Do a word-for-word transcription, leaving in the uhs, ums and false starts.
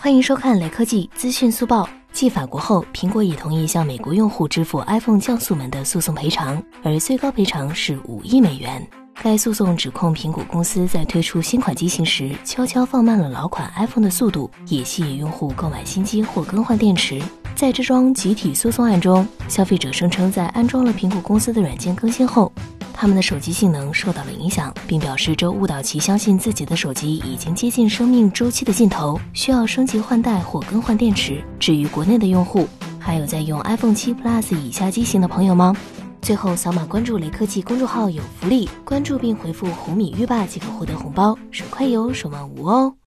欢迎收看雷科技资讯速报。继法国后，苹果也同意向美国用户支付 iPhone 降速门的诉讼赔偿，而最高赔偿是五亿美元。该诉讼指控苹果公司在推出新款机型时，悄悄放慢了老款 iPhone 的速度，也吸引用户购买新机或更换电池。在这桩集体诉讼案中，消费者声称在安装了苹果公司的软件更新后，他们的手机性能受到了影响，并表示这误导其相信自己的手机已经接近生命周期的尽头，需要升级换代或更换电池。至于国内的用户，还有在用 iPhone 七 Plus 以下机型的朋友吗？最后扫码关注雷科技公众号有福利，关注并回复红米浴霸即可获得红包，手快有手慢无哦。